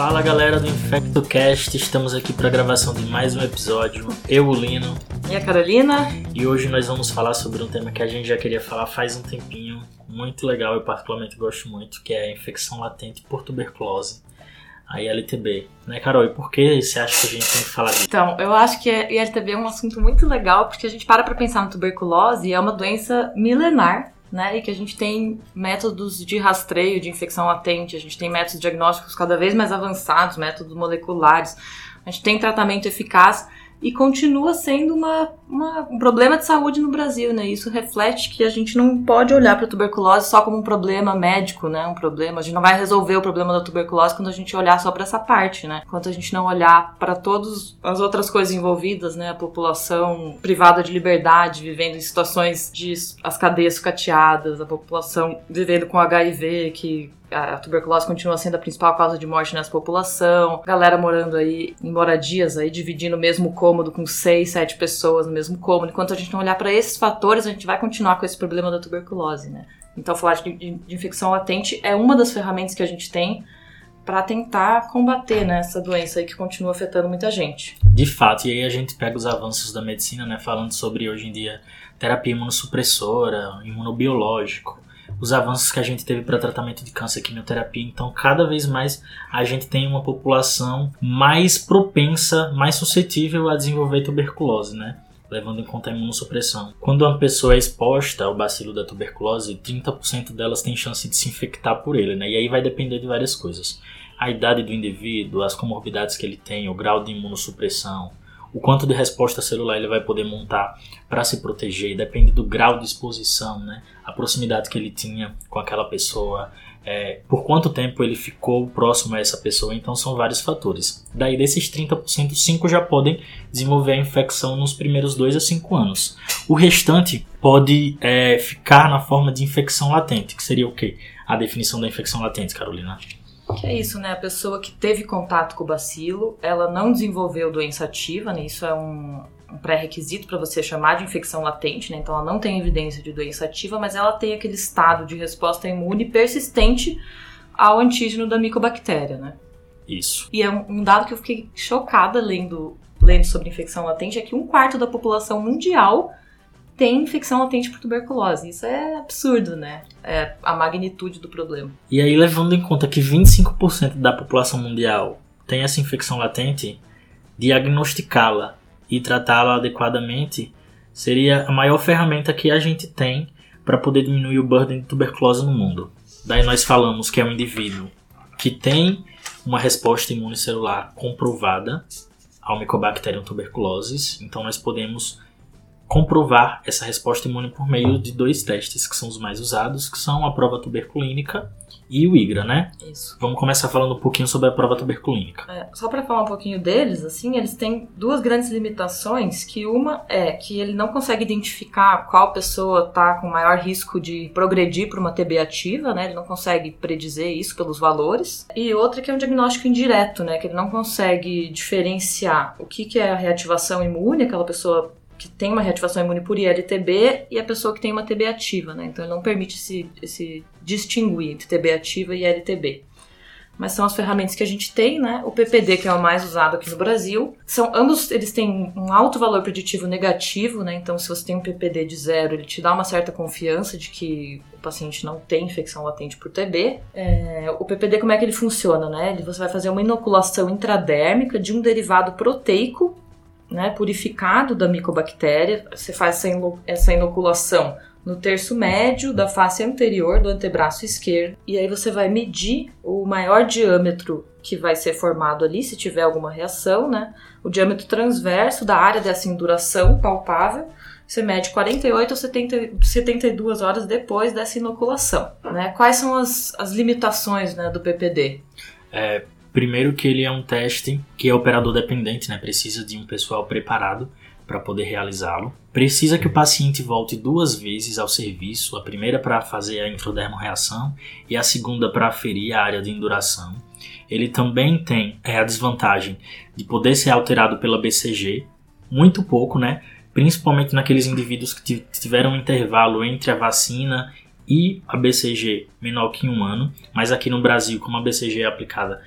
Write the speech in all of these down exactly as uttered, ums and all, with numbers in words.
Fala galera do InfectoCast, estamos aqui para a gravação de mais um episódio. Eu, o Lino. E a Carolina. E hoje nós vamos falar sobre um tema que a gente já queria falar faz um tempinho, muito legal, eu particularmente gosto muito, que é a infecção latente por tuberculose, a I L T B. Né, Carol? E por que você acha que a gente tem que falar disso? Então, eu acho que a I L T B é um assunto muito legal, porque a gente para para pensar na tuberculose e é uma doença milenar, né, e que a gente tem métodos de rastreio de infecção latente, a gente tem métodos diagnósticos cada vez mais avançados, métodos moleculares, a gente tem tratamento eficaz e continua sendo uma, uma, um problema de saúde no Brasil, né? Isso reflete que a gente não pode olhar para a tuberculose só como um problema médico, né? Um problema, a gente não vai resolver o problema da tuberculose quando a gente olhar só para essa parte, né? Enquanto a gente não olhar para todas as outras coisas envolvidas, né? A população privada de liberdade, vivendo em situações de as cadeias sucateadas, a população vivendo com H I V, que a tuberculose continua sendo a principal causa de morte nessa população, galera morando aí em moradias, aí dividindo o mesmo cômodo com seis, sete pessoas no mesmo cômodo. Enquanto a gente não olhar para esses fatores, a gente vai continuar com esse problema da tuberculose, né? Então, falar de, de, de infecção latente é uma das ferramentas que a gente tem para tentar combater, né, essa doença aí que continua afetando muita gente. De fato, e aí a gente pega os avanços da medicina, né, falando sobre hoje em dia terapia imunossupressora, imunobiológico, os avanços que a gente teve para tratamento de câncer, quimioterapia. Então, cada vez mais a gente tem uma população mais propensa, mais suscetível a desenvolver tuberculose, né? Levando em conta a imunossupressão. Quando uma pessoa é exposta ao bacilo da tuberculose, trinta por cento delas tem chance de se infectar por ele, né? E aí vai depender de várias coisas. A idade do indivíduo, as comorbidades que ele tem, o grau de imunossupressão, o quanto de resposta celular ele vai poder montar para se proteger, depende do grau de exposição, né? A proximidade que ele tinha com aquela pessoa, é, por quanto tempo ele ficou próximo a essa pessoa, então são vários fatores. Daí desses trinta por cento, cinco por cento já podem desenvolver a infecção nos primeiros dois a cinco anos. O restante pode é, ficar na forma de infecção latente, que seria o quê? A definição da infecção latente, Carolina? Que é isso, né? A pessoa que teve contato com o bacilo, ela não desenvolveu doença ativa, né? Isso é um, um pré-requisito para você chamar de infecção latente, né? Então ela não tem evidência de doença ativa, mas ela tem aquele estado de resposta imune persistente ao antígeno da micobactéria, né? Isso. E é um, um dado que eu fiquei chocada lendo, lendo sobre infecção latente, é que um quarto da população mundial tem infecção latente por tuberculose. Isso é absurdo, né? É a magnitude do problema. E aí, levando em conta que vinte e cinco por cento da população mundial tem essa infecção latente, diagnosticá-la e tratá-la adequadamente seria a maior ferramenta que a gente tem para poder diminuir o burden de tuberculose no mundo. Daí nós falamos que é um indivíduo que tem uma resposta imune celular comprovada ao Mycobacterium tuberculosis, então nós podemos comprovar essa resposta imune por meio de dois testes que são os mais usados, que são a prova tuberculínica e o IGRA, né? Isso. Vamos começar falando um pouquinho sobre a prova tuberculínica. É, só para falar um pouquinho deles, assim, eles têm duas grandes limitações, que uma é que ele não consegue identificar qual pessoa está com maior risco de progredir para uma T B ativa, né? Ele não consegue predizer isso pelos valores. E outra que é um diagnóstico indireto, né? Que ele não consegue diferenciar o que, que é a reativação imune, aquela pessoa que tem uma reativação imune por I L T B e a pessoa que tem uma T B ativa, né? Então ele não permite se, se distinguir entre T B ativa e I L T B. Mas são as ferramentas que a gente tem, né? O P P D, que é o mais usado aqui no Brasil. São, ambos eles têm um alto valor preditivo negativo, né? Então se você tem um P P D de zero, ele te dá uma certa confiança de que o paciente não tem infecção latente por T B. É, o P P D, como é que ele funciona, né? Você vai fazer uma inoculação intradérmica de um derivado proteico, né, purificado da micobactéria. Você faz essa, ino- essa inoculação no terço médio da face anterior do antebraço esquerdo, e aí você vai medir o maior diâmetro que vai ser formado ali, se tiver alguma reação, né, o diâmetro transverso da área dessa induração palpável. Você mede quarenta e oito a setenta e duas horas depois dessa inoculação, né. Quais são as, as limitações, né, do P P D? É... Primeiro que ele é um teste que é operador dependente, né? Precisa de um pessoal preparado para poder realizá-lo. Precisa que o paciente volte duas vezes ao serviço, a primeira para fazer a intradermorreação e a segunda para aferir a área de induração. Ele também tem é, a desvantagem de poder ser alterado pela B C G, muito pouco, né? Principalmente naqueles indivíduos que tiveram um intervalo entre a vacina e a B C G menor que um ano, mas aqui no Brasil, como a B C G é aplicada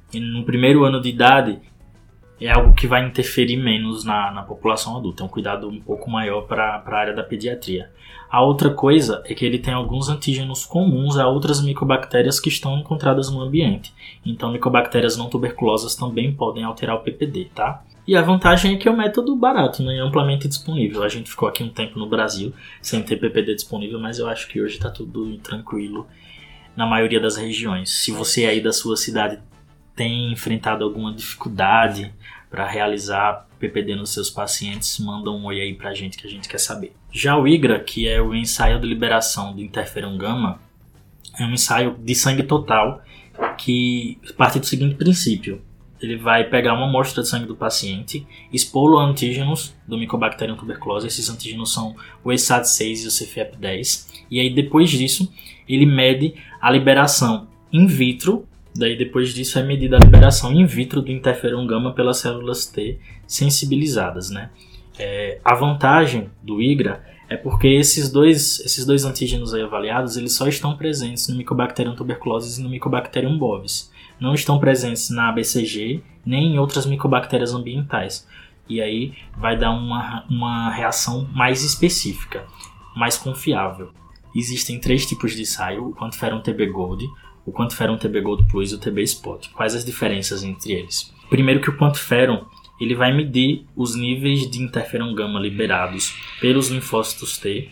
E no primeiro ano de idade é algo que vai interferir menos na, na população adulta. É um cuidado um pouco maior para a área da pediatria. A outra coisa é que ele tem alguns antígenos comuns a outras micobactérias que estão encontradas no ambiente. Então, micobactérias não tuberculosas também podem alterar o P P D, tá? E a vantagem é que é um método barato, né? É amplamente disponível. A gente ficou aqui um tempo no Brasil sem ter P P D disponível, mas eu acho que hoje está tudo tranquilo na maioria das regiões. Se você aí da sua cidade tem enfrentado alguma dificuldade para realizar P P D nos seus pacientes, manda um oi aí pra gente que a gente quer saber. Já o IGRA, que é o ensaio de liberação do interferon gama, é um ensaio de sangue total que parte do seguinte princípio. Ele vai pegar uma amostra de sangue do paciente, expô-lo a antígenos do Mycobacterium tuberculose. Esses antígenos são o E S A T seis e o C F E P dez. E aí depois disso, ele mede a liberação in vitro. Daí depois disso é medida a liberação in vitro do interferon gama pelas células T sensibilizadas, né? É, a vantagem do IGRA é porque esses dois, esses dois antígenos aí avaliados, eles só estão presentes no Mycobacterium tuberculosis e no Mycobacterium bovis. Não estão presentes na A B C G nem em outras micobactérias ambientais. E aí vai dar uma, uma reação mais específica, mais confiável. Existem três tipos de ensaio: o Quantiferon T B Gold, o Quantiferon T B Gold Plus e o T B Spot. Quais as diferenças entre eles? Primeiro que o Quantiferon ele vai medir os níveis de interferon gama liberados pelos linfócitos T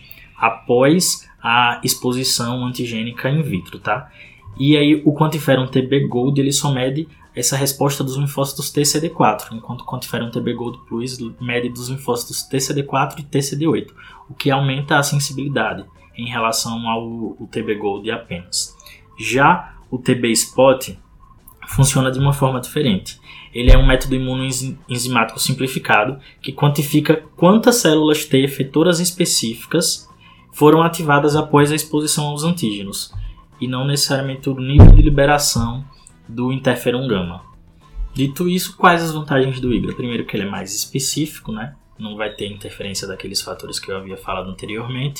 após a exposição antigênica in vitro, tá? E aí o Quantiferon T B Gold ele só mede essa resposta dos linfócitos T C D quatro, enquanto o Quantiferon T B Gold Plus mede dos linfócitos T C D quatro e T C D oito, o que aumenta a sensibilidade em relação ao, ao T B Gold apenas. Já o T B Spot funciona de uma forma diferente. Ele é um método imunoenzimático simplificado que quantifica quantas células T efetoras específicas foram ativadas após a exposição aos antígenos, e não necessariamente o nível de liberação do interferon gama. Dito isso, quais as vantagens do IGRA? Primeiro que ele é mais específico, né? Não vai ter interferência daqueles fatores que eu havia falado anteriormente.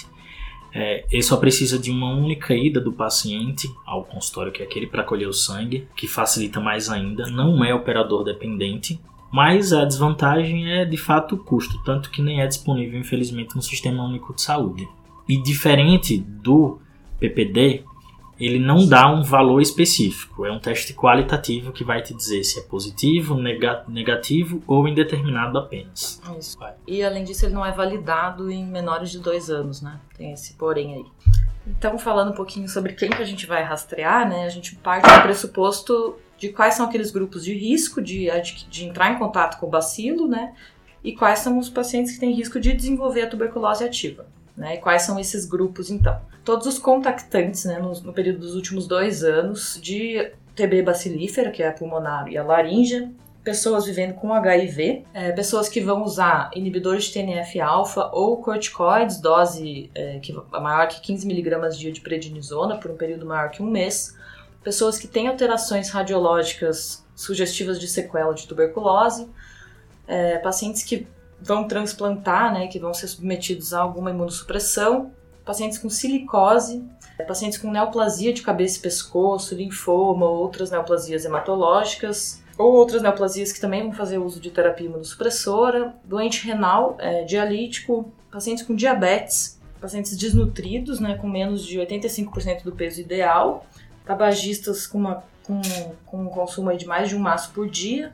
É, ele só precisa de uma única ida do paciente ao consultório, que é aquele para colher o sangue, que facilita mais ainda. Não é operador dependente, mas a desvantagem é de fato o custo, tanto que nem é disponível infelizmente no Sistema Único de Saúde. E diferente do P P D, ele não dá um valor específico, é um teste qualitativo que vai te dizer se é positivo, nega- negativo ou indeterminado apenas. Isso. Vai. E além disso ele não é validado em menores de dois anos, né? Tem esse porém aí. Então, falando um pouquinho sobre quem que a gente vai rastrear, né? A gente parte do pressuposto de quais são aqueles grupos de risco de, de, de entrar em contato com o bacilo, né? E quais são os pacientes que têm risco de desenvolver a tuberculose ativa. Né? E quais são esses grupos, então? Todos os contactantes, né, no, no período dos últimos dois anos, de T B bacilífera, que é a pulmonar e a laríngea, pessoas vivendo com H I V, é, pessoas que vão usar inibidores de T N F alfa ou corticoides, dose é, que, maior que quinze miligramas dia de prednisona, por um período maior que um mês, pessoas que têm alterações radiológicas sugestivas de sequela de tuberculose, é, pacientes que vão transplantar, né, que vão ser submetidos a alguma imunossupressão, pacientes com silicose, pacientes com neoplasia de cabeça e pescoço, linfoma ou outras neoplasias hematológicas, ou outras neoplasias que também vão fazer uso de terapia imunossupressora, doente renal, é, dialítico, pacientes com diabetes, pacientes desnutridos, né, com menos de oitenta e cinco por cento do peso ideal, tabagistas com, uma, com, com um consumo aí de mais de um maço por dia,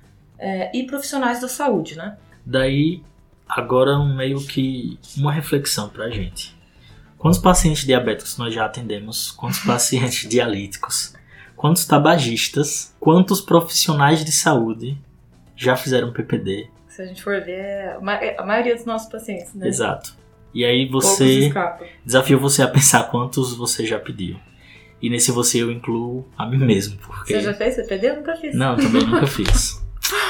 é, e profissionais da saúde, né? Daí, agora meio que uma reflexão pra gente. Quantos pacientes diabéticos nós já atendemos? Quantos pacientes dialíticos? Quantos tabagistas? Quantos profissionais de saúde já fizeram P P D? Se a gente for ver, é a maioria dos nossos pacientes, né? Exato. E aí você... Desafio você a pensar quantos você já pediu. E nesse você eu incluo a mim mesmo. Porque... Você já fez P P D? Eu nunca fiz. Não, também nunca fiz.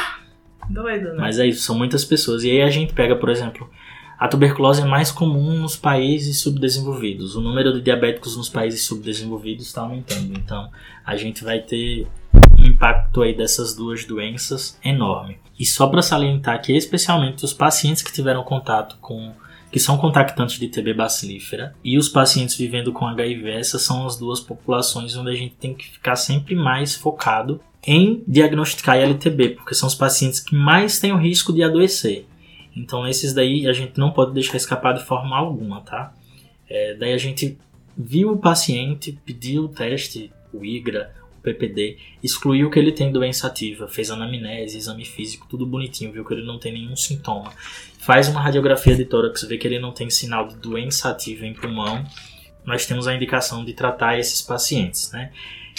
Doido, né? Mas é isso, são muitas pessoas. E aí a gente pega, por exemplo, a tuberculose é mais comum nos países subdesenvolvidos. O número de diabéticos nos países subdesenvolvidos está aumentando. Então, a gente vai ter um impacto aí dessas duas doenças enorme. E só para salientar que, especialmente os pacientes que tiveram contato com... que são contactantes de T B bacilífera e os pacientes vivendo com H I V, essas são as duas populações onde a gente tem que ficar sempre mais focado em diagnosticar L T B, porque são os pacientes que mais têm o risco de adoecer. Então, esses daí a gente não pode deixar escapar de forma alguma, tá? É, daí a gente viu o paciente, pediu o teste, o IGRA, o P P D, excluiu que ele tem doença ativa, fez anamnese, exame físico, tudo bonitinho, viu que ele não tem nenhum sintoma. Faz uma radiografia de tórax, vê que ele não tem sinal de doença ativa em pulmão. Nós temos a indicação de tratar esses pacientes, né?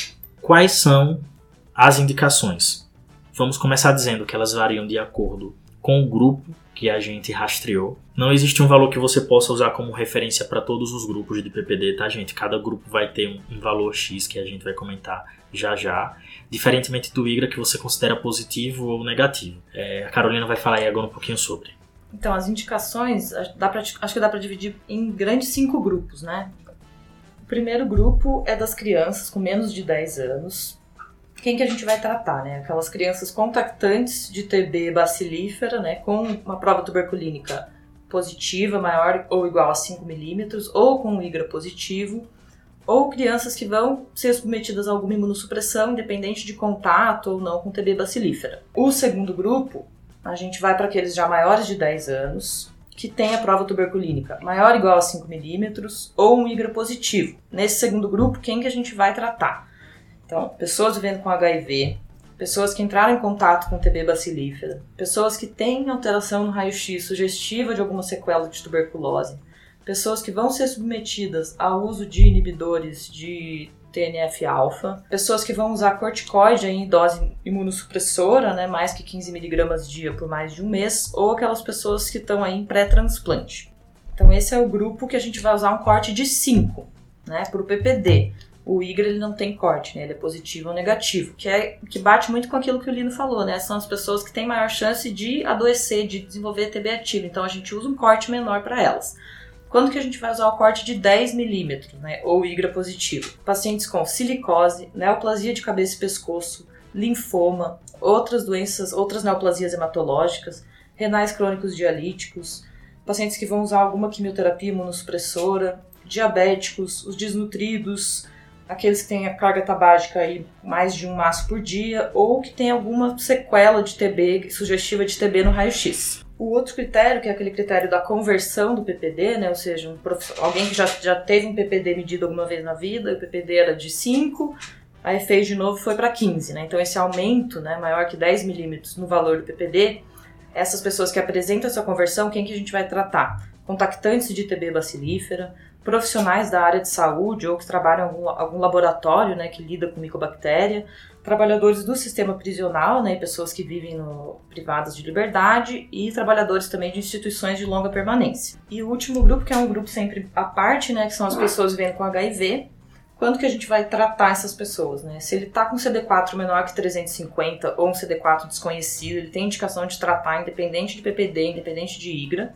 Quais são as indicações? Vamos começar dizendo que elas variam de acordo com o grupo que a gente rastreou. Não existe um valor que você possa usar como referência para todos os grupos de P P D, tá, gente? Cada grupo vai ter um, um valor X que a gente vai comentar já já, diferentemente do IGRA que você considera positivo ou negativo. É, a Carolina vai falar aí agora um pouquinho sobre. Então, as indicações, dá pra, acho que dá para dividir em grandes cinco grupos, né? O primeiro grupo é das crianças com menos de dez anos. Quem que a gente vai tratar, né? Aquelas crianças contactantes de T B bacilífera, né? Com uma prova tuberculínica positiva, maior ou igual a cinco milímetros, ou com um IGRA positivo, ou crianças que vão ser submetidas a alguma imunossupressão, independente de contato ou não com T B bacilífera. O segundo grupo, a gente vai para aqueles já maiores de dez anos, que tem a prova tuberculínica maior ou igual a cinco milímetros, ou um IGRA positivo. Nesse segundo grupo, quem que a gente vai tratar? Então, pessoas vivendo com H I V, pessoas que entraram em contato com T B bacilífera, pessoas que têm alteração no raio-x sugestiva de alguma sequela de tuberculose, pessoas que vão ser submetidas ao uso de inibidores de T N F alfa, pessoas que vão usar corticoide em dose imunossupressora, né, mais que quinze miligramas dia por mais de um mês, ou aquelas pessoas que estão aí em pré-transplante. Então, esse é o grupo que a gente vai usar um corte de cinco, né, para o P P D. O IGRA ele não tem corte, né? Ele é positivo ou negativo, que, é, que bate muito com aquilo que o Lino falou, né? São as pessoas que têm maior chance de adoecer, de desenvolver T B ativo, então a gente usa um corte menor para elas. Quando que a gente vai usar o corte de dez milímetros, né? Ou IGRA positivo? Pacientes com silicose, neoplasia de cabeça e pescoço, linfoma, outras doenças, outras neoplasias hematológicas, renais crônicos dialíticos, pacientes que vão usar alguma quimioterapia imunossupressora, diabéticos, os desnutridos, aqueles que têm a carga tabágica aí mais de um maço por dia, ou que tem alguma sequela de T B, sugestiva de T B no raio-x. O outro critério, que é aquele critério da conversão do P P D, né, ou seja, um prof... alguém que já, já teve um P P D medido alguma vez na vida, o P P D era de cinco, aí fez de novo e foi para quinze. Né? Então esse aumento, né, maior que dez milímetros no valor do P P D, essas pessoas que apresentam essa conversão, quem que a gente vai tratar? Contactantes de T B bacilífera, profissionais da área de saúde ou que trabalham em algum, algum laboratório, né, que lida com micobactéria, trabalhadores do sistema prisional, né, pessoas que vivem no, privadas de liberdade e trabalhadores também de instituições de longa permanência. E o último grupo, que é um grupo sempre à parte, né, que são as pessoas vivendo com H I V. Quando que a gente vai tratar essas pessoas? Né? Se ele está com C D quatro menor que trezentos e cinquenta ou um C D quatro desconhecido, ele tem indicação de tratar independente de P P D, independente de IGRA.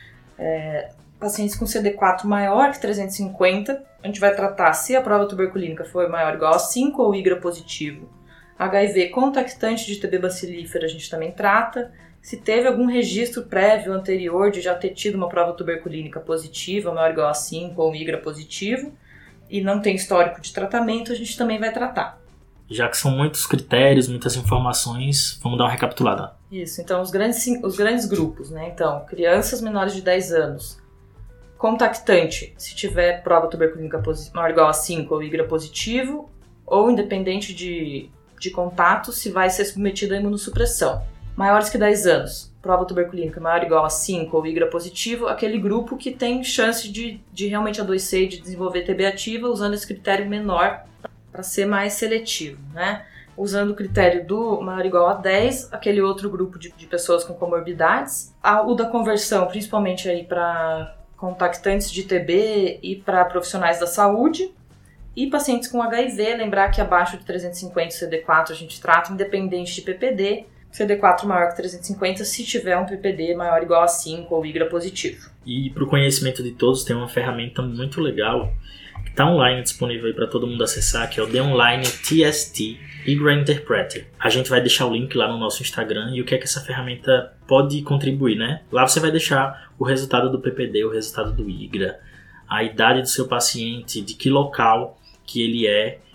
É, pacientes com C D quatro maior que trezentos e cinquenta, a gente vai tratar se a prova tuberculínica for maior ou igual a cinco ou IGRA positivo. H I V contactante de T B bacilífera a gente também trata. Se teve algum registro prévio anterior de já ter tido uma prova tuberculínica positiva, maior ou igual a cinco ou IGRA positivo, e não tem histórico de tratamento, a gente também vai tratar. Já que são muitos critérios, muitas informações, vamos dar uma recapitulada. Isso, então os grandes, os grandes grupos, né? Então, crianças menores de dez anos, contactante, se tiver prova tuberculínica maior ou igual a cinco ou IGRA positivo, ou independente de, de contato, se vai ser submetido à imunossupressão. Maiores que dez anos, prova tuberculínica maior ou igual a cinco ou IGRA positivo, aquele grupo que tem chance de, de realmente adoecer e de desenvolver T B ativa, usando esse critério menor para ser mais seletivo, né? Usando o critério do maior ou igual a dez, aquele outro grupo de, de pessoas com comorbidades. O da conversão, principalmente aí para contactantes de T B e para profissionais da saúde. E pacientes com H I V, lembrar que abaixo de trezentos e cinquenta C D quatro a gente trata independente de P P D. C D quatro maior que trezentos e cinquenta se tiver um P P D maior ou igual a cinco ou IGRA positivo. E para o conhecimento de todos tem uma ferramenta muito legal que está online disponível aí para todo mundo acessar, que é o The Online T S T IGRA Interpreter. A gente vai deixar o link lá no nosso Instagram e o que é que essa ferramenta pode contribuir, né? Lá você vai deixar o resultado do P P D, o resultado do IGRA, a idade do seu paciente, de que local que ele é,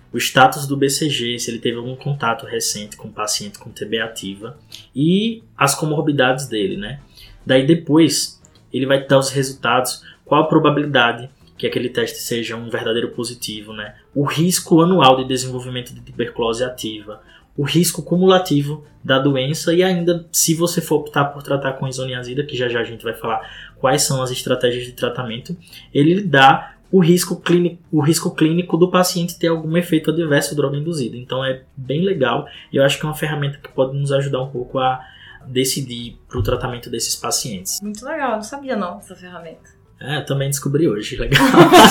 o status do B C G, se ele teve algum contato recente com o paciente com T B ativa e as comorbidades dele, né? Daí depois ele vai dar os resultados, qual a probabilidade que aquele teste seja um verdadeiro positivo, né? O risco anual de desenvolvimento de tuberculose ativa, o risco cumulativo da doença e ainda, se você for optar por tratar com isoniazida, que já já a gente vai falar quais são as estratégias de tratamento, ele dá o risco clínico, o risco clínico do paciente ter algum efeito adverso droga induzida. Então é bem legal e eu acho que é uma ferramenta que pode nos ajudar um pouco a decidir para o tratamento desses pacientes. Muito legal, eu não sabia não dessa ferramenta. É, eu também descobri hoje, legal.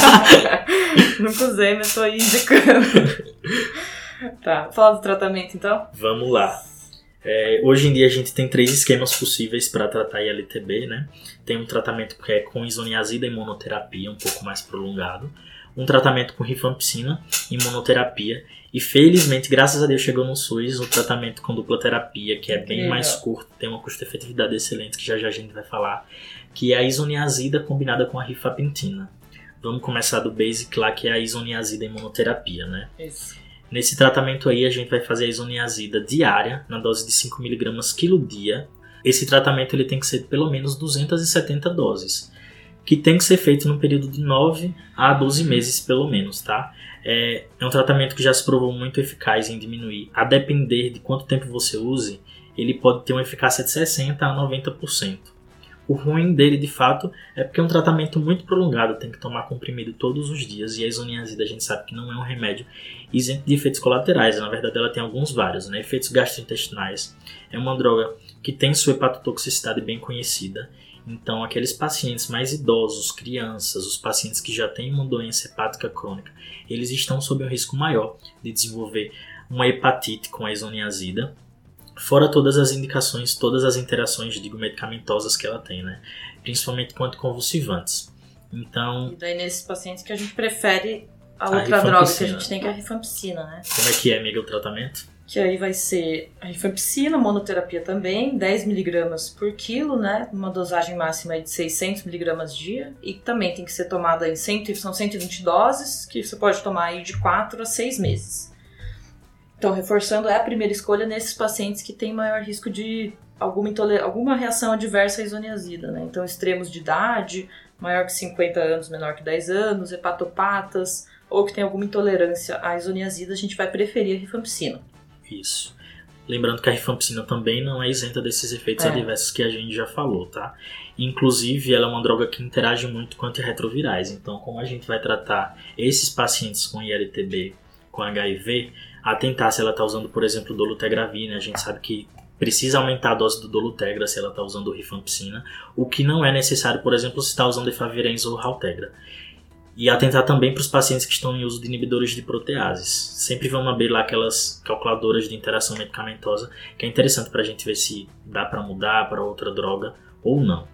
Nunca usei, mas estou aí indicando. Tá, fala do tratamento então? Vamos lá. É, hoje em dia a gente tem três esquemas possíveis para tratar I L T B, né? Tem um tratamento que é com isoniazida e monoterapia, um pouco mais prolongado. Um tratamento com rifampicina e monoterapia. E felizmente, graças a Deus, chegou no SUS o tratamento com dupla terapia, que é bem Legal. mais curto, tem uma custo-efetividade excelente, que já já a gente vai falar, que é a isoniazida combinada com a rifampicina. Vamos começar do basic lá, que é a isoniazida e monoterapia, né? Isso. Nesse tratamento aí, a gente vai fazer a isoniazida diária, na dose de cinco miligramas quilo dia. Esse tratamento ele tem que ser pelo menos duzentas e setenta doses, que tem que ser feito num período de nove a doze meses, pelo menos, tá? É, é um tratamento que já se provou muito eficaz em diminuir. A depender de quanto tempo você use, ele pode ter uma eficácia de sessenta por cento a noventa por cento. O ruim dele, de fato, é porque é um tratamento muito prolongado, tem que tomar comprimido todos os dias, e a isoniazida a gente sabe que não é um remédio isento de efeitos colaterais, na verdade ela tem alguns vários, né? Efeitos gastrointestinais, é uma droga que tem sua hepatotoxicidade bem conhecida, então aqueles pacientes mais idosos, crianças, os pacientes que já têm uma doença hepática crônica, eles estão sob um risco maior de desenvolver uma hepatite com a isoniazida, fora todas as indicações, todas as interações, digo, medicamentosas que ela tem, né? Principalmente com anticonvulsivantes. Então... E daí nesses pacientes que a gente prefere a outra droga que a gente tem, que é a rifampicina, né? Como é que é, amiga, o tratamento? Que aí vai ser a rifampicina, monoterapia também, dez miligramas por quilo, né? Uma dosagem máxima de seiscentos miligramas dia. E também tem que ser tomada em cem, são cento e vinte doses, que você pode tomar aí de quatro a seis meses. Então, reforçando, é a primeira escolha nesses pacientes que têm maior risco de alguma, intoler- alguma reação adversa à isoniazida, né? Então, extremos de idade, maior que cinquenta anos, menor que dez anos, hepatopatas, ou que tem alguma intolerância à isoniazida, a gente vai preferir a rifampicina. Isso. Lembrando que a rifampicina também não é isenta desses efeitos é. adversos que a gente já falou, tá? Inclusive, ela é uma droga que interage muito com antirretrovirais. Então, como a gente vai tratar esses pacientes com I L T B, com H I V, atentar se ela está usando, por exemplo, dolutegravir, né? A gente sabe que precisa aumentar a dose do dolutegra se ela está usando rifampicina, o que não é necessário, por exemplo, se está usando efavirenz ou raltegra. E atentar também para os pacientes que estão em uso de inibidores de proteases. Sempre vamos abrir lá aquelas calculadoras de interação medicamentosa, que é interessante para a gente ver se dá para mudar para outra droga ou não.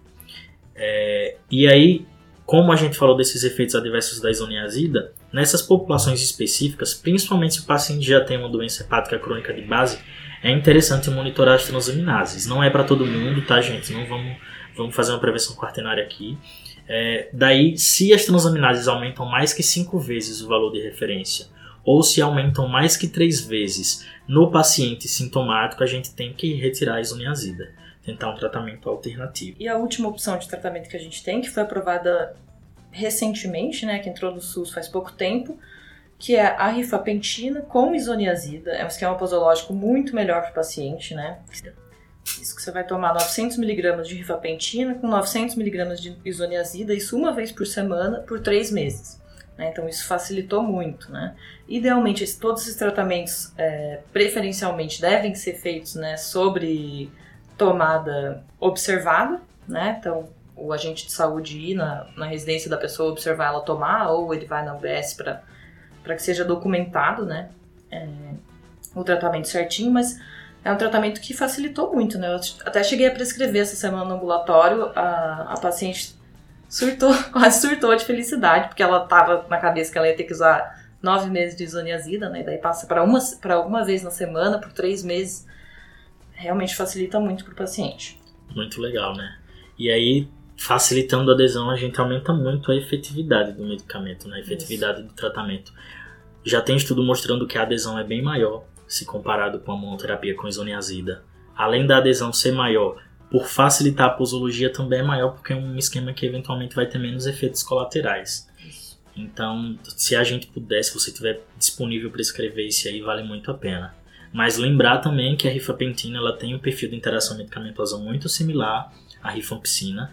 É, e aí, como a gente falou desses efeitos adversos da isoniazida, nessas populações específicas, principalmente se o paciente já tem uma doença hepática crônica de base, é interessante monitorar as transaminases. Não é para todo mundo, tá, gente? Não vamos, vamos fazer uma prevenção quaternária aqui. É, daí, se as transaminases aumentam mais que cinco vezes o valor de referência, ou se aumentam mais que três vezes no paciente sintomático, a gente tem que retirar a isoniazida, tentar um tratamento alternativo. E a última opção de tratamento que a gente tem, que foi aprovada recentemente, né, que entrou no SUS faz pouco tempo, que é a rifapentina com isoniazida. É um esquema posológico muito melhor para o paciente, né? Isso que você vai tomar novecentos miligramas de rifapentina com novecentos miligramas de isoniazida, isso uma vez por semana, por três meses. Né? Então isso facilitou muito, né? Idealmente, todos esses tratamentos, é, preferencialmente, devem ser feitos, né, sobre tomada observada, né? Então o agente de saúde ir na, na residência da pessoa observar ela tomar, ou ele vai na U B S para para que seja documentado, né, é, o tratamento certinho, mas é um tratamento que facilitou muito, né? Eu até cheguei a prescrever essa semana no ambulatório, a, a paciente surtou, quase surtou de felicidade, porque ela estava na cabeça que ela ia ter que usar nove meses de isoniazida, né? E daí passa para uma, para uma vez na semana, por três meses, realmente facilita muito para o paciente. Muito legal, né? E aí, facilitando a adesão, a gente aumenta muito a efetividade do medicamento, né? A efetividade Isso. do tratamento. já tem estudo mostrando que a adesão é bem maior se comparado com a monoterapia com isoniazida. Além da adesão ser maior, por facilitar a posologia também é maior porque é um esquema que eventualmente vai ter menos efeitos colaterais. Então, se a gente puder, se você tiver disponível para escrever isso aí, vale muito a pena. Mas lembrar também que a rifampicina ela tem um perfil de interação medicamentosa muito similar à rifampicina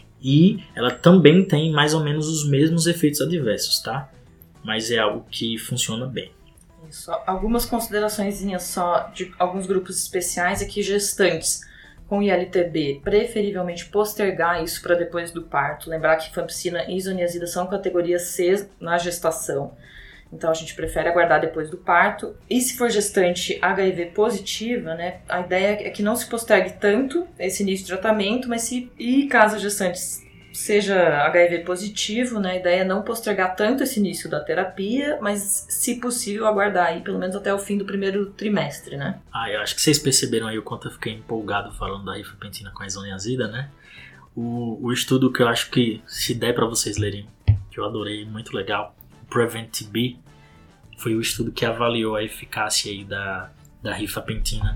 e ela também tem mais ou menos os mesmos efeitos adversos, tá? Mas é algo que funciona bem. Isso. Algumas consideraçõezinhas só de alguns grupos especiais aqui, gestantes com I L T B, preferivelmente postergar isso para depois do parto. Lembrar que rifampicina e isoniazida são categoria C na gestação. Então a gente prefere aguardar depois do parto. E se for gestante H I V positiva, né, a ideia é que não se postergue tanto esse início de tratamento, mas se e caso a gestante seja H I V positivo, né, a ideia é não postergar tanto esse início da terapia, mas se possível aguardar aí pelo menos até o fim do primeiro trimestre, né? Ah, eu acho que vocês perceberam aí o quanto eu fiquei empolgado falando da rifampicina com a isoniazida, né? O, o estudo que eu acho que, se der para vocês lerem, que eu adorei, muito legal, Prevent-T B, foi o estudo que avaliou a eficácia aí da, da rifampicina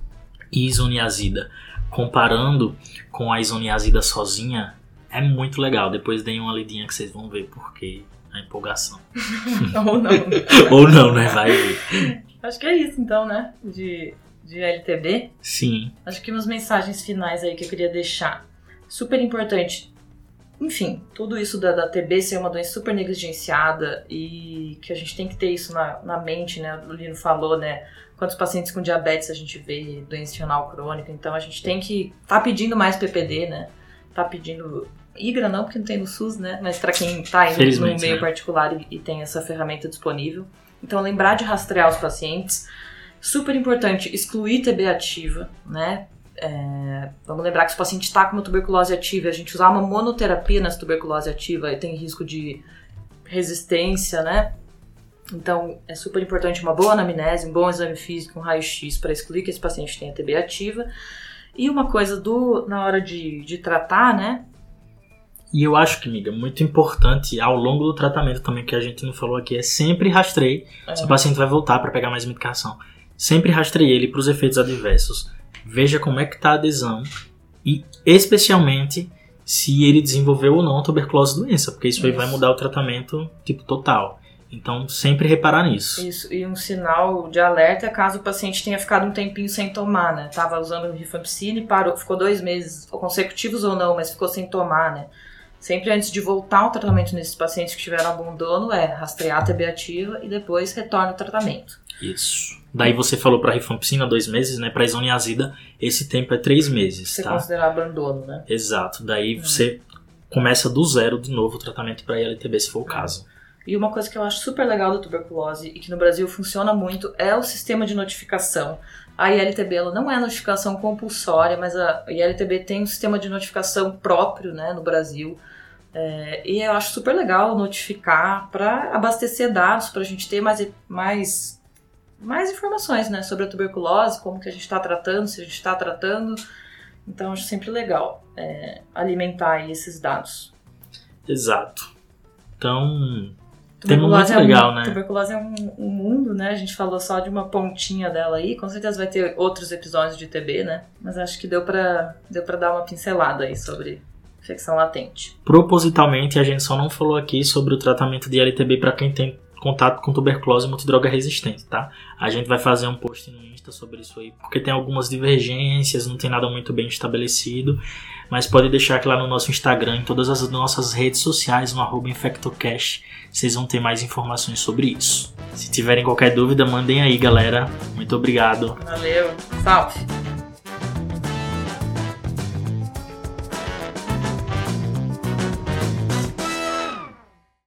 e isoniazida. Comparando com a isoniazida sozinha, é muito legal. Depois deem uma lidinha que vocês vão ver porque a empolgação. Ou não. Ou não, né? Vai ver. Acho que é isso então, né? De, de L T B. Sim. Acho que umas mensagens finais aí que eu queria deixar. Super importante. Enfim, tudo isso da, da T B ser uma doença super negligenciada e que a gente tem que ter isso na, na mente, né? O Lino falou, né? Quantos pacientes com diabetes a gente vê, doença renal crônica. Então a gente tem que tá pedindo mais P P D, né? Tá pedindo I G R A não, porque não tem no SUS, né? Mas para quem tá aí no, no meio né? particular e, e tem essa ferramenta disponível. Então lembrar de rastrear os pacientes. Super importante, excluir T B ativa, né? É, vamos lembrar que se o paciente está com uma tuberculose ativa, a gente usar uma monoterapia nessa tuberculose ativa e tem risco de resistência, né? Então é super importante uma boa anamnese, um bom exame físico, um raio-x para excluir que esse paciente tenha T B ativa. E uma coisa do, na hora de, de tratar, né? E eu acho que, amiga, muito importante ao longo do tratamento também, que a gente não falou aqui, é sempre rastreie. É. Se o paciente vai voltar para pegar mais medicação, sempre rastreie ele para os efeitos adversos. Veja como é que está a adesão e, especialmente, se ele desenvolveu ou não a tuberculose doença, porque isso, isso aí vai mudar o tratamento tipo total. Então, sempre reparar nisso. Isso, e um sinal de alerta é caso o paciente tenha ficado um tempinho sem tomar, né? Tava usando rifampicina e parou, ficou dois meses consecutivos ou não, mas ficou sem tomar, né? Sempre antes de voltar ao tratamento nesses pacientes que tiveram abandono, é rastrear a T B ativa e depois retorna ao tratamento. Isso. Daí você falou para rifampicina dois meses, né? Para isoniazida, esse tempo é três meses, você tá? considerar abandono, né? Exato. Daí hum. você começa do zero de novo o tratamento para I L T B, se for o caso. E uma coisa que eu acho super legal da tuberculose e que no Brasil funciona muito é o sistema de notificação. A I L T B ela não é notificação compulsória, mas a I L T B tem um sistema de notificação próprio, né, no Brasil. É, e eu acho super legal notificar para abastecer dados, para a gente ter mais, mais, mais informações, né, sobre a tuberculose, como que a gente está tratando, se a gente está tratando. Então, eu acho sempre legal é, alimentar aí esses dados. Exato. Então, tema muito é legal, um, né? Tuberculose é um, um mundo, né? A gente falou só de uma pontinha dela aí. Com certeza vai ter outros episódios de T B, né? Mas acho que deu pra, deu pra dar uma pincelada aí sobre infecção latente. Propositalmente, a gente só não falou aqui sobre o tratamento de I L T B para quem tem contato com tuberculose multidroga resistente, tá? A gente vai fazer um post no Insta sobre isso aí, porque tem algumas divergências, não tem nada muito bem estabelecido, mas pode deixar que lá no nosso Instagram, em todas as nossas redes sociais, no arroba InfectoCast, vocês vão ter mais informações sobre isso. Se tiverem qualquer dúvida, mandem aí, galera. Muito obrigado. Valeu. Salve.